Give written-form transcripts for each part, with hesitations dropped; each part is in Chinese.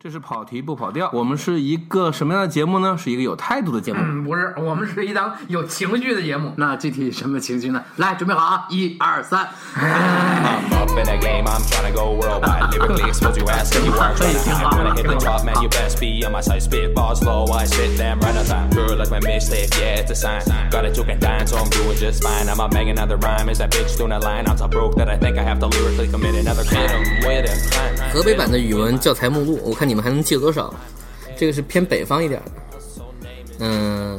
这是跑题不跑调，我们是一个什么样的节目呢？是一个有态度的节目。 不是，我们是一档有情绪的节目。 那具体什么情绪呢？来，准备好啊！1、2、3。 I'm up in the game, I'm trying to go worldwide. Lyrically expose your ass if you are trying to hide. When I hit the drop, man, you best be on my side. Spit bars slow, I spit them right on time. Girl, like my mixtape, yeah, it's a sign. Got a joke and dying, so I'm doing just fine. I'm not banging another rhyme. Is that bitch doing a line? I'm so broke that I think I have to lyrically commit another crime. With a 河北版的语文教材目录，我看你们还能记多少？这个是偏北方一点的。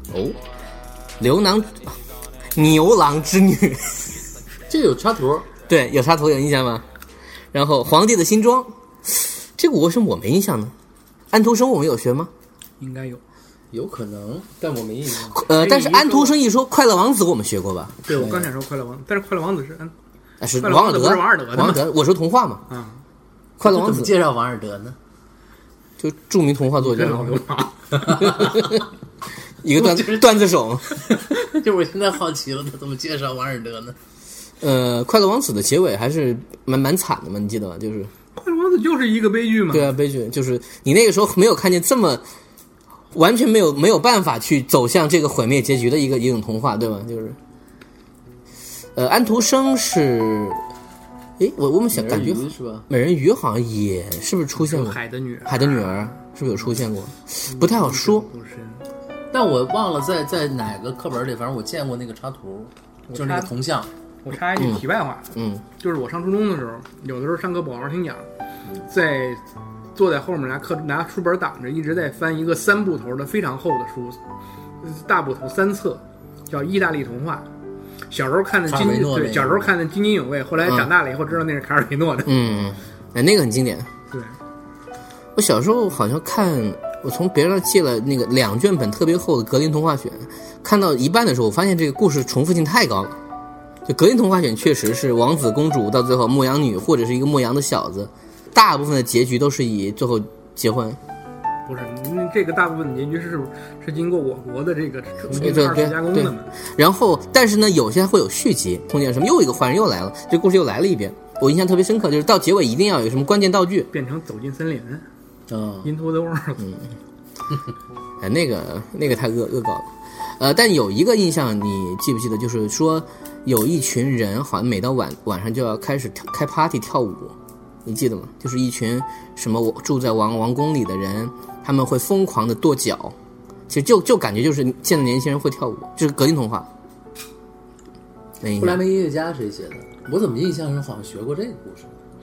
牛郎织女， 这有插图， 对，有插图，有印象吗？然后皇帝的新装，这个为什么我没印象呢？安徒生我们有学吗？ 应该有， 有可能，但我没印象。 但是安徒生一说，快乐王子我们学过吧？ 对，我刚想说快乐王子，但是快乐王子是是王尔德， 不是王尔德的吗？ 王尔德，我说童话嘛。 啊， 快乐王子怎么介绍王尔德呢？ 就著名童话作家， 老流氓， 一个段子手。 就我现在好奇了，他怎么介绍王尔德呢？ 快乐王子的结尾还是蛮惨的嘛，你记得吗？就是快乐王子就是一个悲剧嘛。 对啊，悲剧就是你那个时候没有看见这么完全没有办法去走向这个毁灭结局的一种童话，对吧？就是安徒生是，我们想感觉是吧？ 美人鱼好像也是不是出现过？ 海的女儿是不是有出现过？不太好说。 但我忘了在哪个课本里，反正我见过那个插图，就是那个铜像。 我插一句题外话，就是我上初中的时候，有的时候上课不好好听讲，坐在后面拿书本挡着，一直在翻一个3部头的非常厚的书，大部头3册，叫《意大利童话》。小时候看的小时候看的津津有味，后来长大了以后知道那是卡尔维诺的。 那个很经典。 对， 我小时候好像看，我从别人那借了那个2卷本特别厚的《格林童话选》，看到一半的时候，我发现这个故事重复性太高了。就《格林童话选》确实是王子公主到最后牧羊女或者是一个牧羊的小子，大部分的结局都是以最后结婚。 不是，这个大部分结局是经过我国的这个重新2次加工的嘛。 然后，但是呢，有些会有续集，碰见什么又一个坏人又来了，这故事又来了一遍。我印象特别深刻，就是到结尾一定要有什么关键道具， 变成走进森林。Into the world。 那个太恶搞了。但有一个印象你记不记得，就是说有一群人好像每到晚上就要开始开 party 跳舞，你记得吗？就是一群什么住在王宫里的人，他们会疯狂的跺脚，其实就感觉就是现在年轻人会跳舞，就是格林童话。 布莱梅音乐家谁写的？我怎么印象中好像学过这个故事？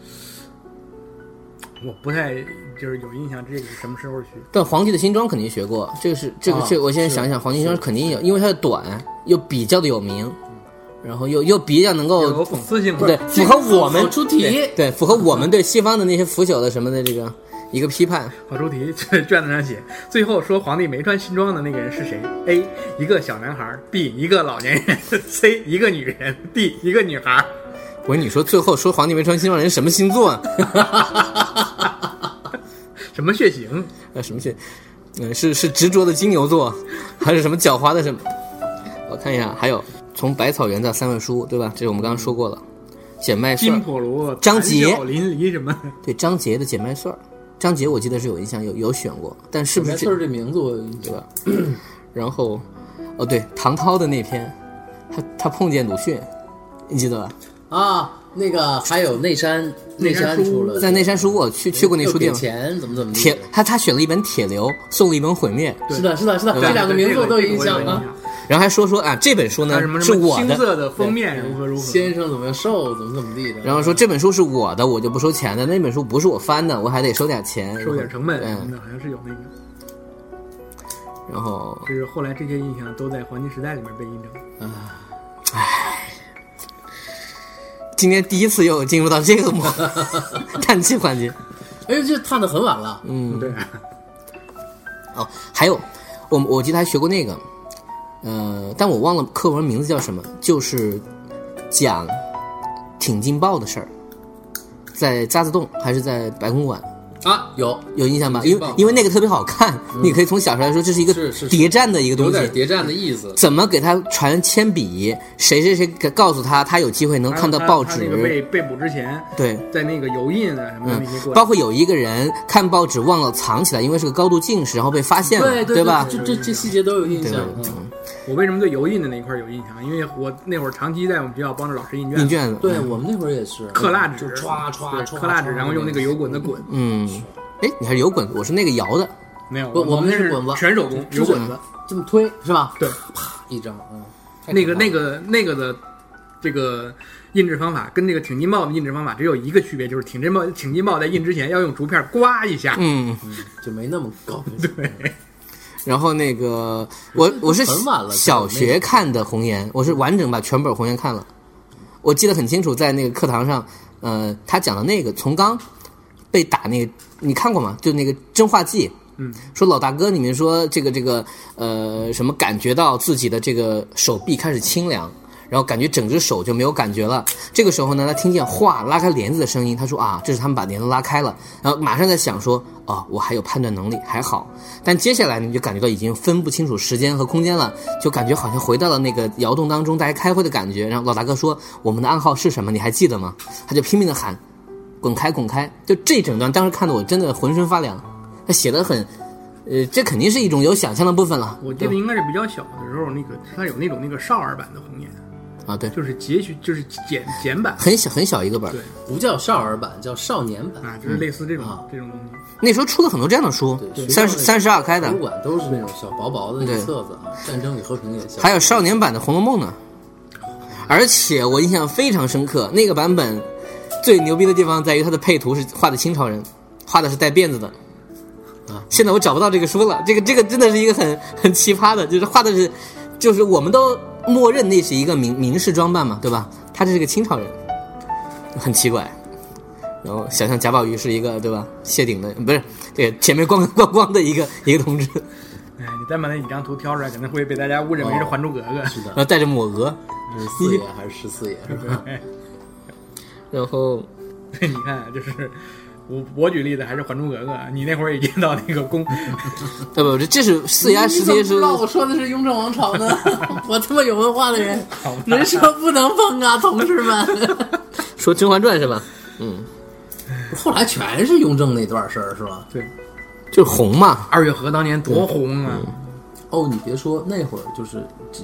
我不太就是有印象，这个是什么时候学？ 但皇帝的新装肯定学过，这个我现在想想，皇帝新装肯定有，因为它的短又比较的有名，然后又比较能够有讽刺性， 对，符合我们出题， 对，符合我们对西方的那些腐朽的什么的这个一个批判。 好出题，卷子上写，最后说皇帝没穿新装的那个人是谁 ？A 一个小男孩 ，B 一个老年人 ，C 一个女人 ，D 一个女孩。 我跟你说，最后说皇帝没穿新装人什么星座啊？ 什么血型？ 什么血？是执着的金牛座，还是什么狡猾的什么？我看一下，还有从百草园到三味书，对吧？这是我们刚刚说过了。捡麦穗， 金笸罗， 张杰， 淋漓什么？ 对，张杰的捡麦穗，张杰我记得是有印象，有选过，但是不是捡麦穗这名字我对吧？然后，对，唐涛的那篇，他碰见鲁迅，你记得吧？ 啊，那个还有内山出了， 在内山书我去过那书店， 钱怎么铁他选了一本《铁流》，送了一本《毁灭》。 是的，这2个名字都有印象啊。 然后还说啊，这本书呢是我的， 青色的封面如何， 先生怎么样，瘦怎么地的。 然后说这本书是我的，我就不收钱的。那本书不是我翻的，我还得收点钱， 收点成本。好像是有那个。 然后就是后来这些印象都在《黄金时代》里面被印证。 今天第一次又进入到这个叹气环节， 这叹得很晚了。 对。 还有我记得还学过那个，但我忘了课文名字叫什么，就是讲挺进报的事儿，在渣滓洞还是在白公馆啊，有印象吧？ 劲爆因为那个特别好看，你可以从小说来说，这是一个谍战的一个东西， 有点谍战的意思。 怎么给他传铅笔？谁告诉他有机会能看到报纸？ 他那个被捕之前， 对， 在那个油印啊什么的那些过程， 包括有一个人看报纸忘了藏起来，因为是个高度近视，然后被发现了， 对吧？ 这细节都有印象。 我为什么对油印的那一块有印象？因为我那会儿长期在我们学校帮着老师印卷子。 对我们那会儿也是刻蜡纸， 歘， 刻蜡纸，然后用那个油滚子滚。 哎，你还是油滚子，我是那个摇的。 没有， 我们是滚子， 全手工油滚子， 这么推是吧？ 对， 啪一张， 那个的这个印制方法跟那个挺劲爆的印制方法只有一个区别，就是挺劲爆在印之前要用竹片刮一下， 就没那么高。 对。 然后那个我是小学看的红岩，我是完整把全本红岩看了，我记得很清楚，在那个课堂上，他讲的那个从刚被打那个，你看过吗？就那个真话记，说老大哥，你们说这个什么感觉到自己的这个手臂开始清凉。然后感觉整只手就没有感觉了。这个时候呢，他听见哗拉开帘子的声音，他说啊，这是他们把帘子拉开了。然后马上在想说，哦，我还有判断能力，还好。但接下来呢，就感觉到已经分不清楚时间和空间了，就感觉好像回到了那个窑洞当中，大家开会的感觉。然后老大哥说，我们的暗号是什么？你还记得吗？他就拼命的喊，滚开，滚开！就这整段，当时看得我真的浑身发凉。他写得很。这肯定是一种有想象的部分了。 我记得应该是比较小的时候，那个它有那种少儿版的红岩。 啊，对， 就是截取，就是简版， 很小一个本， 对， 不叫少儿版，叫少年版啊，就是类似这种东西。 那时候出了很多这样的书，32开的， 图书馆都是那种小薄薄的一册子啊，《战争与和平》也小。 还有少年版的《红楼梦》呢，而且我印象非常深刻，那个版本最牛逼的地方在于它的配图是画的清朝人，画的是带辫子的。啊，现在我找不到这个书了，这个真的是一个很奇葩的，就是画的是，就是我们都默认那是一个明式装扮嘛，对吧？他这是个清朝人，很奇怪。然后想象贾宝玉是一个，对吧？谢顶的，不是这个前面光的一个同志。 哎，你再把那几张图挑出来，可能会被大家误认为是《还珠格格》。 是的， 然后带着抹额， 是4爷还是14爷？是吧？ 然后你看，就是我举例子还是《还珠格格》，你那会儿也见到那个不， 这是4爷14爷是。 不知道我说的是雍正王朝呢？我他妈有文化的人，人设不能崩啊，同志们。 说《甄嬛传》是吧？ 后来全是雍正那段事儿是吧？ 对， 就是红嘛。 二月河当年多红啊！ 哦，你别说，那会儿就是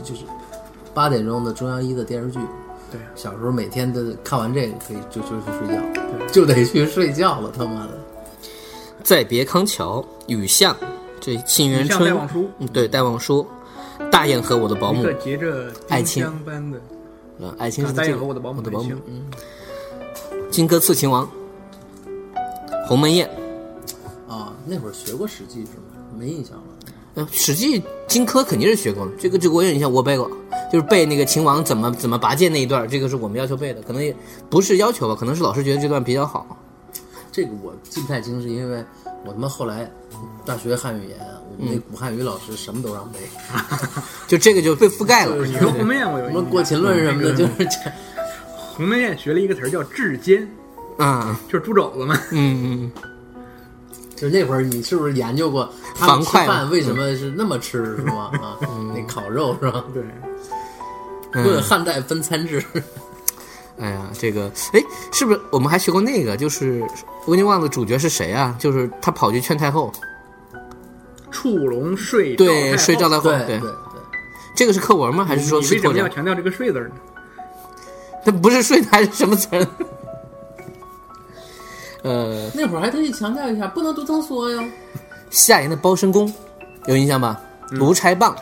8点钟的中央1的电视剧。 对， 小时候每天都看完这个可以就去睡觉，就得去睡觉了，他妈的。 再别康桥，雨巷，这沁园春， 戴望舒， 对，戴望舒，大雁和我的保姆， 一个结着爱情般的， 爱情是大雁和我的保姆， 荆轲刺秦王，鸿门宴。 啊，那会儿学过《史记》是吗？没印象了。 史记荆轲肯定是学过的，这个我有印象，我背过，就是背那个秦王怎么拔剑那一段，这个是我们要求背的，可能也不是要求吧，可能是老师觉得这段比较好。 这个我记不太清，是因为我他妈后来大学汉语言，我们那古汉语老师什么都让背， 就这个就被覆盖了。 你说鸿门宴，我有什么过秦论什么的，就是这。 鸿门宴学了一个词儿叫至坚，就是猪肘子嘛。 就是那会儿你是不是研究过他们吃饭为什么是那么吃是吗？啊，那烤肉是吧？ 对， 论汉代分餐制。 哎呀，这个是不是我们还学过那个？就是我已经忘了主角是谁啊？就是他跑去劝太后， 触龙睡赵太后。对，这个是课文吗？还是说是你为什么要强调这个睡字呢？ 它不是睡还是什么词儿？ 那会儿还特意强调一下，不能读成说哟。 夏言的包身功有印象吧？卢柴棒，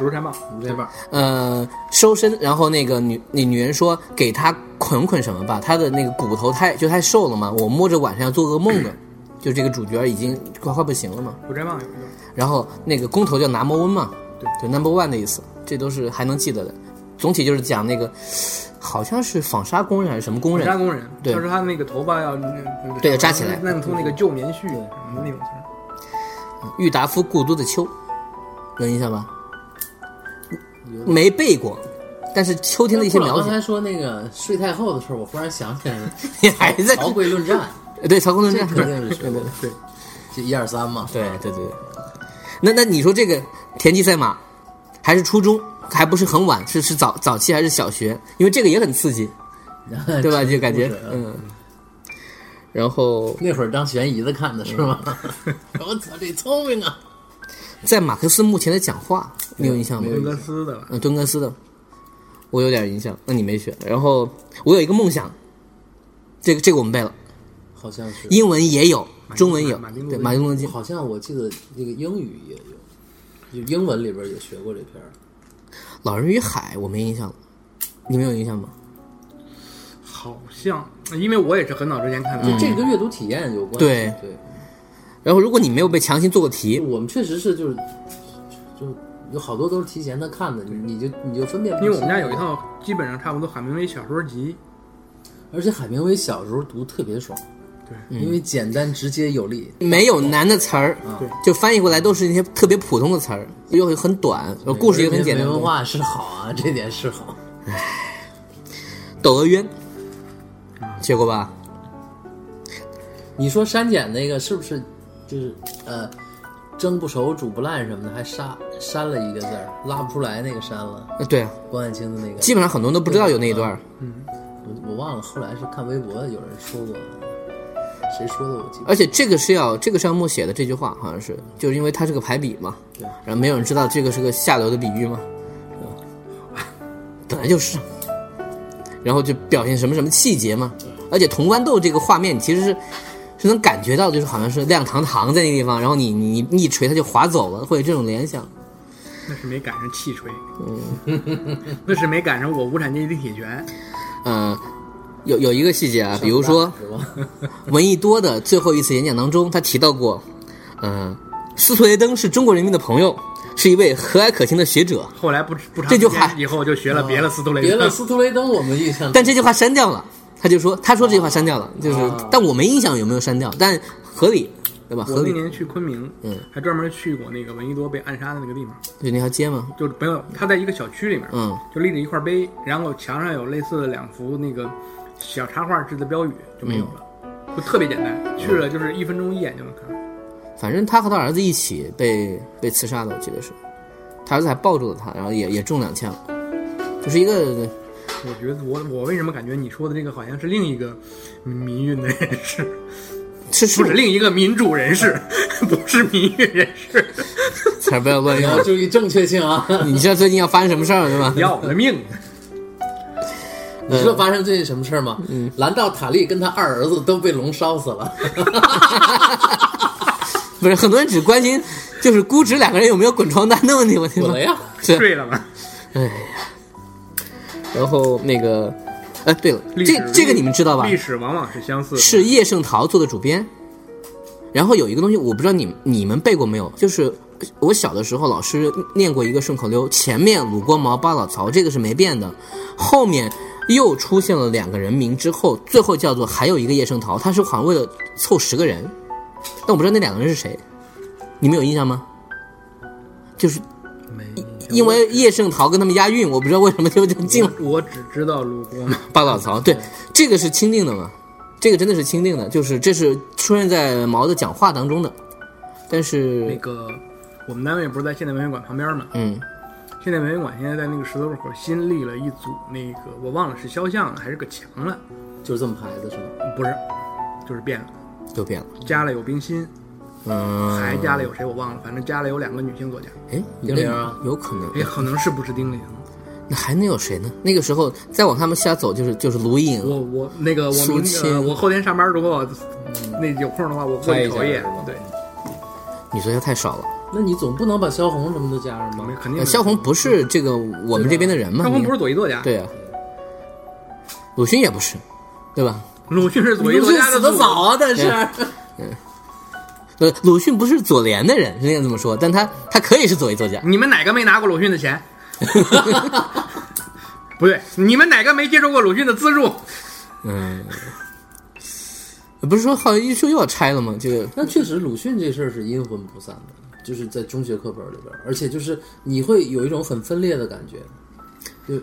收身，然后那个女人说给他捆什么吧，他的那个骨头太瘦了嘛，我摸着晚上要做噩梦的，就这个主角已经快不行了嘛。 卢柴棒有一个， 然后那个工头叫拿摩温嘛，对 ，number one 的意思，这都是还能记得的。总体就是讲那个。好像是纺纱工人还是什么工人？ 纺纱工人， 对， 他说他那个头发要对扎起来， 弄出那个旧棉絮什么的那种词。 郁达夫故都的秋，能印象吧？没背过，但是秋天的一些描写。 刚才说那个睡太后的事儿，我忽然想起来了， 你还在曹刿论战？ 对，曹刿论战肯定是学对。 就1、2、3嘛。 对。那你说这个田忌赛马，还是初中，还不是很晚，是早期还是小学？因为这个也很刺激，对吧？就感觉然后那会儿当悬疑的看的是吗？我操，这聪明啊！ 在马克思墓前的讲话，你有印象吗？ 敦格斯的吧？ 敦格斯的，我有点印象。那你没学。然后我有一个梦想，这个我们背了， 好像是英文也有，中文有，对，马丁路德金。 好像我记得这个英语也有，就英文里边也学过这篇。 老人与海我没印象了，你们有印象吗？ 好像，因为我也是很早之前看的， 这个跟阅读体验有关系。 对。然后如果你没有被强行做过题， 我们确实是就有好多都是提前的看的，你就分辨不清。 因为我们家有一套基本上差不多海明威小说集， 而且海明威小时候读特别爽。对，因为简单直接有力， 没有难的词儿，对，就翻译过来都是那些特别普通的词儿，又很短，故事也很简单。 文化是好啊，这点是好。 窦娥冤，学过吧？ 你说删减那个是不是就是蒸不熟煮不烂什么的，还删了一个字儿，拉不出来那个删了？ 对啊， 关汉卿的那个， 基本上很多人都不知道有那一段。 我忘了，后来是看微博有人说过。谁说的我记得。 而且这个是要默写的，这句话好像是，就是因为它是个排比嘛， 对， 然后没有人知道这个是个下流的比喻嘛，本来就是，然后就表现什么气节嘛，而且潼关豆这个画面其实是能感觉到，就是好像是亮堂堂在那个地方，然后你一锤它就滑走了，会有这种联想。 那是没赶上气锤，那是没赶上我无产阶级的铁拳。 有一个细节啊，比如说闻一多的最后一次演讲当中，他提到过，斯图雷登是中国人民的朋友，是一位和蔼可亲的学者。 后来不长这句话以后就学了别了斯图雷登， 别了斯图雷登我们印象， 但这句话删掉了。他说这句话删掉了，就是，但我没印象有没有删掉，但合理，对吧？ 我那年去昆明，还专门去过那个闻一多被暗杀的那个地方， 就那条街吗？ 就没有，他在一个小区里面，就立着一块碑，然后墙上有类似的2幅那个小插画制的标语，就没有了，就特别简单，去了就是1分钟一眼就能看。 反正他和他儿子一起被刺杀的，我记得是，他儿子还抱住了他，然后也中2枪，就是一个。 我觉得我为什么感觉你说的这个好像是另一个民运的人士，不是另一个民主人士，不是民运人士。 才不要乱用， 要注意正确性啊！ 你知道最近要发生什么事儿了，对吧？ 要我的命！ 你知道发生最近什么事儿吗？兰道塔利跟他2儿子都被龙烧死了。 不是，很多人只关心就是估值2个人有没有滚床单的问题， 滚了呀， 睡了吗？ 哎呀。然后那个，对了，这个你们知道吧？ 历史往往是相似的。 是叶圣陶做的主编。然后有一个东西，我不知道你们背过没有，就是我小的时候老师念过一个顺口溜，前面鲁郭毛巴老曹，这个是没变的，后面又出现了2个人名之后，最后叫做还有一个叶圣陶，他是好像为了凑10个人，但我不知道那2个人是谁，你们有印象吗？就是因为叶圣陶跟他们押韵，我不知道为什么就进了。 我只知道鲁郭巴老曹，对，这个是钦定的嘛？这个真的是钦定的，就是这是出现在毛的讲话当中的。但是那个我们单位不是在现代文学馆旁边吗？现代文学馆现在在那个石头口新立了一组那个我忘了是肖像了还是个墙了， 就是这么排的是吗？ 不是，就是变了， 都变了， 加了有冰心。还加了有谁我忘了，反正加了有2个女性作家。 丁玲啊， 有可能， 可能是不是丁玲？ 那还能有谁呢？那个时候再往他们下走就是卢颖， 我那个苏青， 我后天上班如果那有空的话，我过去瞅一眼。对， 女作家太少了。 那你总不能把萧红什么的加上吧？ 肯定。 萧红不是这个我们这边的人吗？ 萧红不是左翼作家。 对啊，鲁迅也不是，对吧？ 鲁迅是左翼作家的， 死得早啊，但是。 鲁迅不是左联的人，人家这么说，但他可以是左翼作家。 你们哪个没拿过鲁迅的钱？不对，你们哪个没接受过鲁迅的资助？ 不是说好像一说又要拆了吗？这个， 但确实鲁迅这事儿是阴魂不散的，就是在中学课本里边，而且就是你会有一种很分裂的感觉，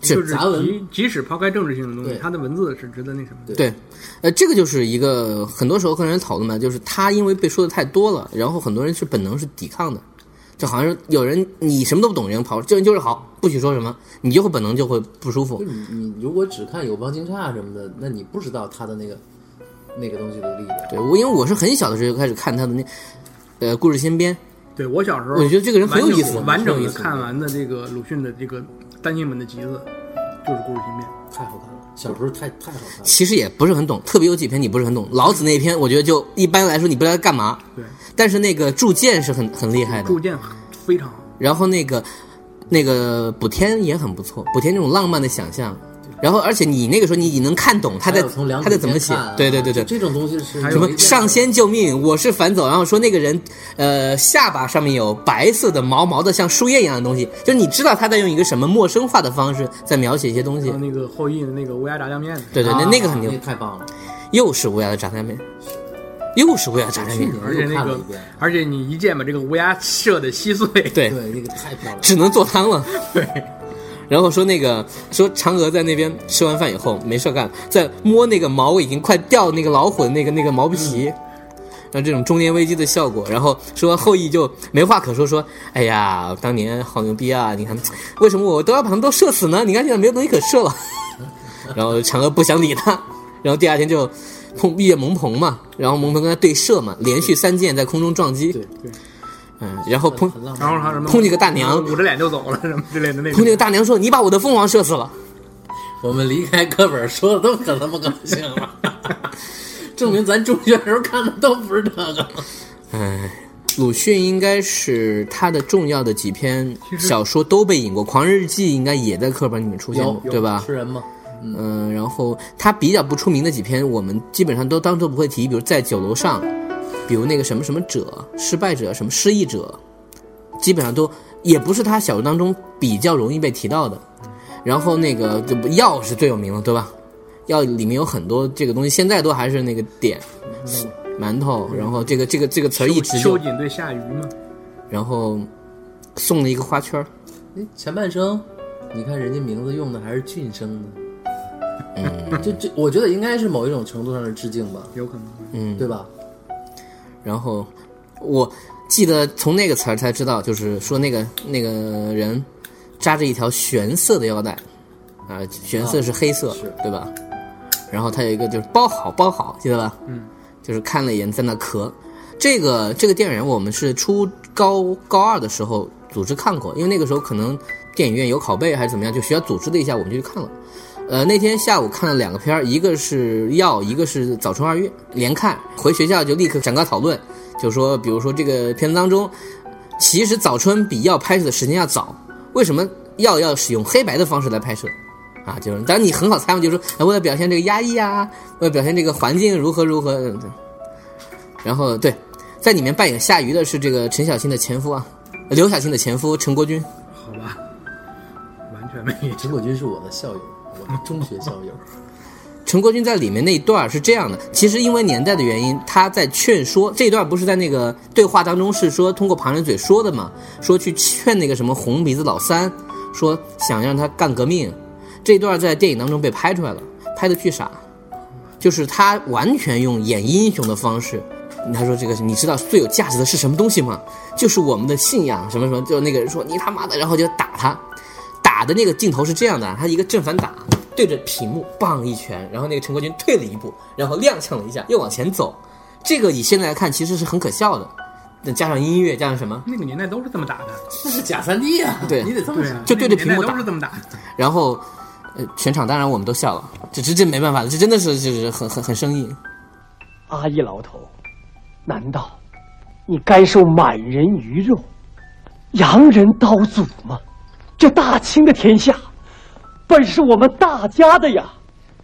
就是杂文即使抛开政治性的东西，他的文字是值得那什么的。 对，这个就是一个很多时候跟人讨论嘛，就是他因为被说的太多了，然后很多人是本能是抵抗的，就好像是有人你什么都不懂，人跑这人就是好，不许说什么，你就会本能就会不舒服。 你如果只看友邦惊诧什么的，那你不知道他的那个东西的力量。 对，因为我是很小的时候就开始看他的故事新编。 对，我小时候我觉得这个人很有意思， 完整的看完的这个鲁迅的这个单行本的集子，就是故事新编， 太好看了。小时候太好看了。 其实也不是很懂，特别有几篇你不是很懂。老子那篇我觉得就一般来说你不知道干嘛。 对。 但是那个铸剑是很厉害的。 铸剑非常好。然后那个补天也很不错，补天那种浪漫的想象。然后，而且你那个时候你能看懂他在怎么写，对， 这种东西是什么上仙救命，我是反走，然后说那个人下巴上面有白色的毛毛的像树叶一样的东西，就是你知道他在用一个什么陌生化的方式在描写一些东西。 那个后羿的那个乌鸦炸酱面， 对，那个很牛， 太棒了， 又是乌鸦的炸酱面。又是乌鸦炸酱面， 而且你一箭把这个乌鸦射得稀碎， 对， 那个太漂亮了， 只能做汤了， 对。 然后说嫦娥在那边吃完饭以后没事干，在摸那个毛已经快掉那个老虎的那个毛皮，然后这种中年危机的效果。然后说后羿就没话可说，哎呀，当年好牛逼啊！你看为什么我都要把他们都射死呢？你看现在没有东西可射了。然后嫦娥不想理他，然后第二天就遇见蒙鹏嘛，然后蒙鹏跟他对射嘛，连续3箭在空中撞击。 对。 然后砰这个大娘捂着脸就走了什么之类的那种。 砰这个大娘说：“你把我的凤凰射死了。” 我们离开课本说的都可他妈高兴了，证明咱中学时候看的都不是这个。 鲁迅应该是他的重要的几篇小说都被引过，《狂人日记》应该也在课本里面出现过，对吧？ 吃人吗？ 然后他比较不出名的几篇，我们基本上都当做不会提，比如在酒楼上。比如那个什么什么者，失败者，什么失意者，基本上都也不是他小说当中比较容易被提到的。然后那个药是最有名的，对吧？药里面有很多这个东西，现在都还是那个点馒头，然后这个词儿一直秋瑾对夏鱼嘛， 然后送了一个花圈。 前半生，你看人家名字用的还是俊生呢。这我觉得应该是某一种程度上的致敬吧， 有可能， 对吧？ 然后我记得从那个词儿才知道，就是说那个人扎着一条玄色的腰带，玄色是黑色，对吧？然后他有一个就是包好，记得吧？就是看了一眼在那咳。这个电影我们是初高2的时候组织看过，因为那个时候可能电影院有拷贝还是怎么样，就学校组织了一下，我们就去看了。那天下午看了2个片，一个是药，一个是早春2月，连看回学校就立刻展开讨论，就说比如说这个片子当中，其实早春比药拍摄的时间要早，为什么药要使用黑白的方式来拍摄啊？就是当然你很好猜嘛，就是说为了表现这个压抑啊，为了表现这个环境如何，然后对，在里面扮演夏鱼的是这个陈小青的前夫啊，刘晓庆的前夫陈国军。 好吧，完全没。 陈国军是我的校友。我的中学校友。 陈国军在里面那一段是这样的，其实因为年代的原因，他在劝说这一段不是在那个对话当中是说通过旁人嘴说的嘛，说去劝那个什么红鼻子老三，说想让他干革命，这一段在电影当中被拍出来了，拍的巨傻，就是他完全用演英雄的方式。他说这个你知道最有价值的是什么东西吗？就是我们的信仰什么什么，就那个人说你他妈的，然后就打他。打的那个镜头是这样的，他一个正反打，对着屏幕棒一拳，然后那个陈国军退了一步，然后踉跄了一下，又往前走。这个以现在来看其实是很可笑的，加上音乐，加上什么？ 那个年代都是这么打的， 那是假3D 啊！ 对， 你得这么想， 就对着屏幕打， 都是这么打。 然后，全场当然我们都笑了，这没办法了，这真的是就是很生硬。 阿义老头，难道你该受满人鱼肉，洋人刀俎吗？这大清的天下，本是我们大家的呀！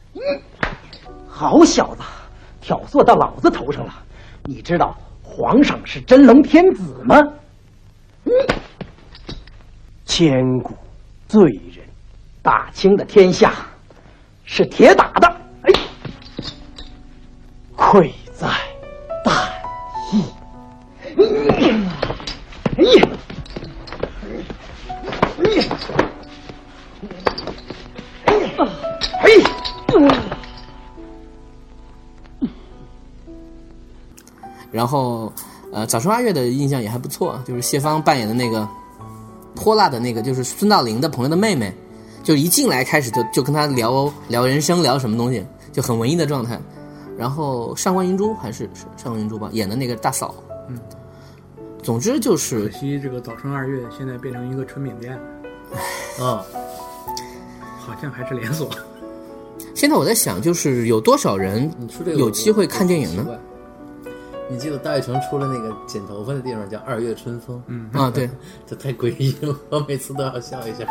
好小子，挑唆到老子头上了！你知道皇上是真龙天子吗？千古罪人，大清的天下是铁打的，愧在大义。 然后早春二月的印象也还不错，就是谢芳扮演的那个泼辣的那个，就是孙道临的朋友的妹妹，就一进来开始就跟他聊人生，聊什么东西，就很文艺的状态。然后上官银珠还是上官银珠吧，演的那个大嫂。总之就是可惜这个早春二月现在变成一个春饼店， 好像还是连锁。 现在我在想，就是有多少人有机会看电影呢？ 你记得大悦城出了那个剪头发的地方叫二月春风， 对， 这太诡异了，我每次都要笑一下。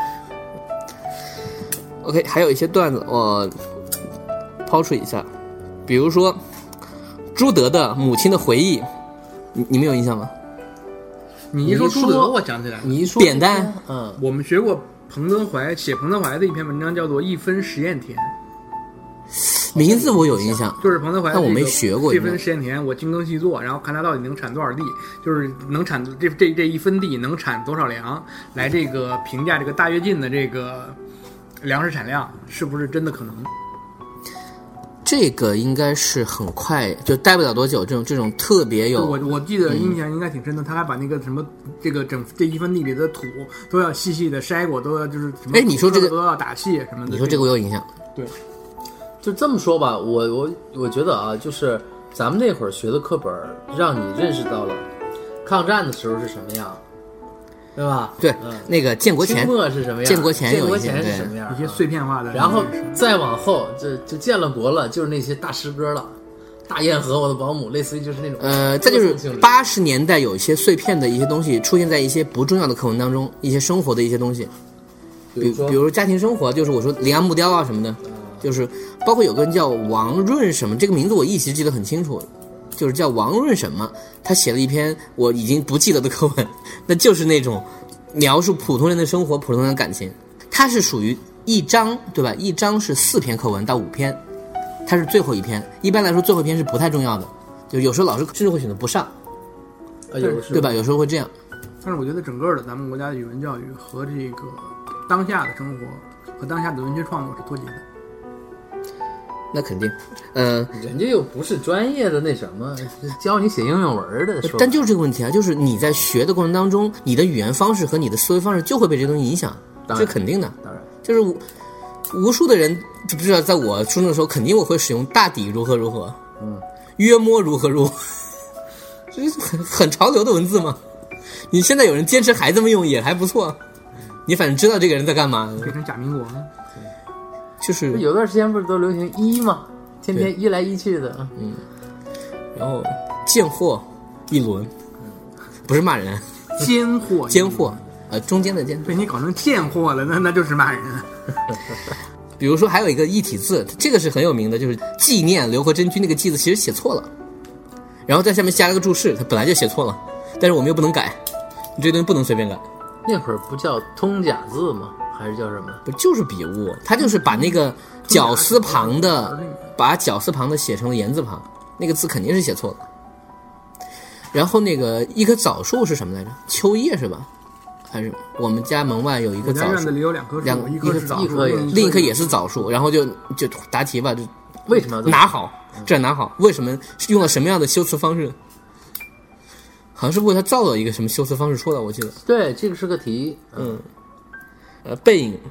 OK， 还有一些段子我抛出一下，比如说朱德的母亲的回忆，你们有印象吗？ 你一说朱德，我想起来了。 你一说扁担， 我们学过彭德怀写彭德怀的一篇文章，叫做《一分实验田》。 名字我有印象， 就是彭德怀， 但我没学过。 这分实验田，我精耕细作，然后看他到底能产多少地，就是能产这一分地能产多少粮，来这个评价这个大跃进的这个粮食产量是不是真的可能。 这个应该是很快就待不了多久，这种特别有我记得印象应该挺深的，他还把那个什么这一分地里的土都要细细的筛过，都要就是什么你说这个都要打细什么的。 你说这个我有印象。 对， 就这么说吧，我觉得啊，就是咱们那会儿学的课本，让你认识到了抗战的时候是什么样，对吧？ 对，那个建国前清末是什么样？ 建国前有一些是什么样？ 一些碎片化的。 然后再往后，就建了国了，就是那些大诗歌了，大堰河我的保姆，类似于就是那种。 再就是80年代有一些碎片的一些东西出现在一些不重要的课文当中，一些生活的一些东西，比如家庭生活，就是我说羚羊木雕啊什么的，就是包括有个人叫王润什么，这个名字我一直记得很清楚。就是叫王润什么，他写了一篇我已经不记得的课文，那就是那种描述普通人的生活、普通人的感情。它是属于一章，对吧？一章是4篇课文到5篇，它是最后一篇。一般来说，最后一篇是不太重要的，就有时候老师甚至会选择不上，对吧？有时候会这样。 但是我觉得整个的咱们国家的语文教育和这个当下的生活和当下的文学创作是脱节的。 那肯定， 人家又不是专业的那什么，教你写应用文的。 但就是这个问题啊，就是你在学的过程当中，你的语言方式和你的思维方式就会被这东西影响，这是肯定的。 当然，就是无数的人就不知道，在我初中的时候，肯定我会使用大抵如何如何，约摸如何如何，这是很潮流的文字嘛。你现在有人坚持还这么用，也还不错。你反正知道这个人在干嘛。 变成假民国了。 就是有段时间不是都流行一嘛，天天一来一去的， 然后贱货一轮，不是骂人， 奸货， 中间的奸， 被你搞成贱货了，那就是骂人。 比如说还有一个异体字，这个是很有名的，就是纪念刘和珍君那个纪字其实写错了，然后在下面加了个注释，它本来就写错了，但是我们又不能改，你这东西不能随便改。 那会儿不叫通假字吗？还是叫什么？ 不就是笔误，他就是把那个绞丝旁的，把绞丝旁的写成了言字旁，那个字肯定是写错了。然后那个一棵枣树是什么来着？秋叶是吧？还是我们家门外有一棵枣树？ 我家院子里有2棵树，一棵是枣树， 另一棵也是枣树。然后就答题吧，就为什么拿好？这拿好？为什么用了什么样的修辞方式？好像是为他造了一个什么修辞方式出来，我记得。 对，这个是个题。 背影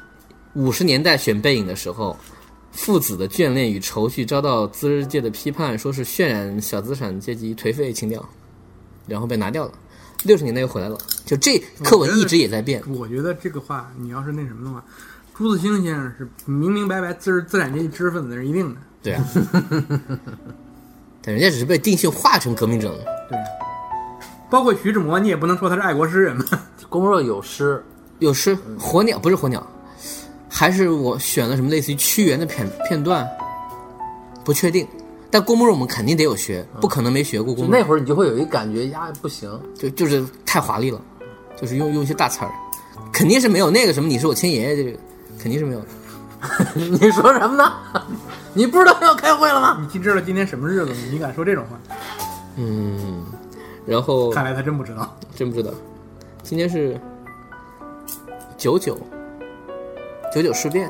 ，50年代选背影的时候，父子的眷恋与愁绪遭到资日界的批判，说是渲染小资产阶级颓废情调，然后被拿掉了。60年代又回来了，就这课文一直也在变。 我觉得这个话，你要是那什么的话，朱自清先生是明明白白资产阶级知识分子是一定的。 对啊，但人家只是被定性化成革命者了。 对，包括徐志摩，你也不能说他是爱国诗人嘛。 龚若有诗。 有诗，火鸟不是火鸟，还是我选了什么类似于屈原的片段，不确定。但郭沫若我们肯定得有学，不可能没学过郭沫若。 那会儿你就会有一感觉呀，不行， 就是太华丽了，就是用一些大词儿，肯定是没有那个什么你是我亲爷爷这个，肯定是没有的。 你说什么呢？你不知道要开会了吗？ 你知道今天什么日子吗？你敢说这种话？ 然后看来他真不知道， 真不知道。今天是99事变，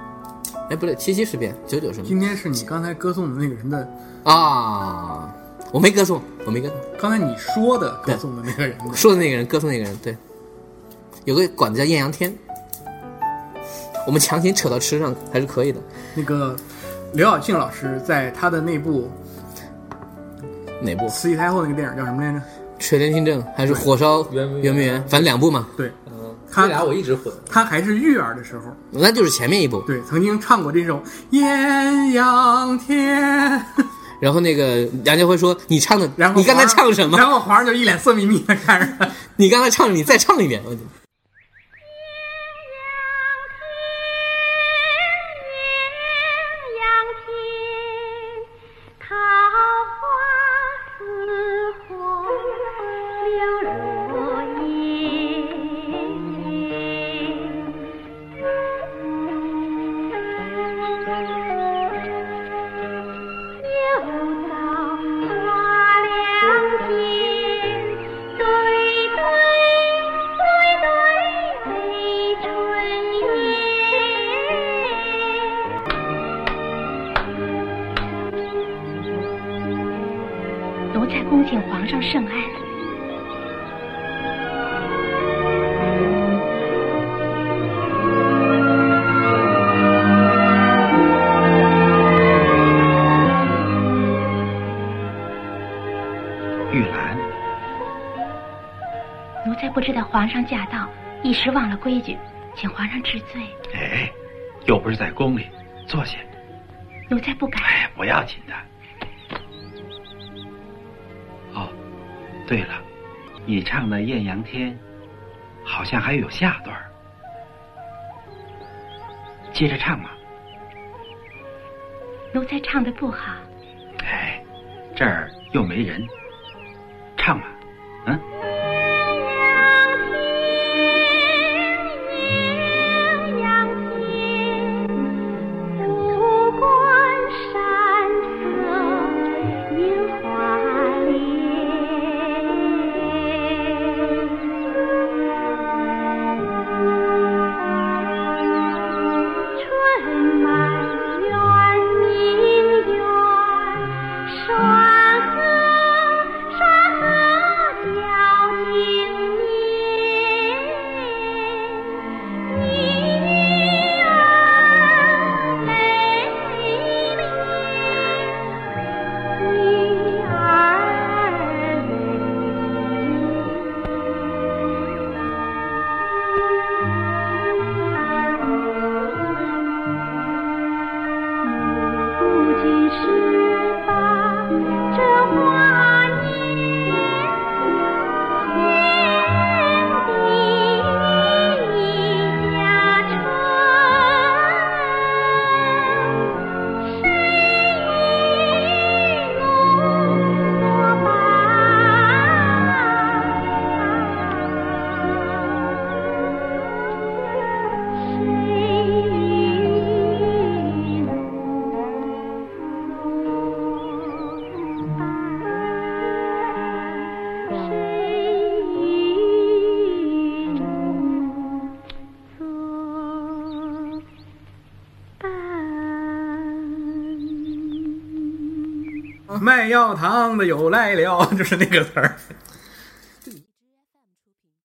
不对，77事变，99什么？ 今天是你刚才歌颂的那个人的我没歌颂。 刚才你说的歌颂的那个人， 说的那个人，歌颂那个人，对，有个馆子叫艳阳天，我们强行扯到吃上还是可以的。 那个刘晓庆老师在他的那部哪部？ 慈禧太后那个电影叫什么来着？ 垂帘听政还是火烧圆明园？反正两部嘛。 对， 这俩我一直混。 他还是玉儿的时候， 那就是前面一部。 对，曾经唱过这首《艳阳天》。 然后那个梁家辉说：“你唱的， 然后你刚才唱什么？” 然后皇上就一脸色眯眯的看着他。 你刚才唱，你再唱一遍。 奴才恭请皇上圣安。 玉兰， 奴才不知道皇上驾到，一时忘了规矩，请皇上治罪。 哎，又不是在宫里，坐下。 奴才不敢。 哎，不要紧的。哦，对了，你唱的《艳阳天》，好像还有下段，接着唱嘛。 奴才唱的不好。 哎，这儿又没人，唱嘛，嗯。 卖药糖的有来了，就是那个词儿。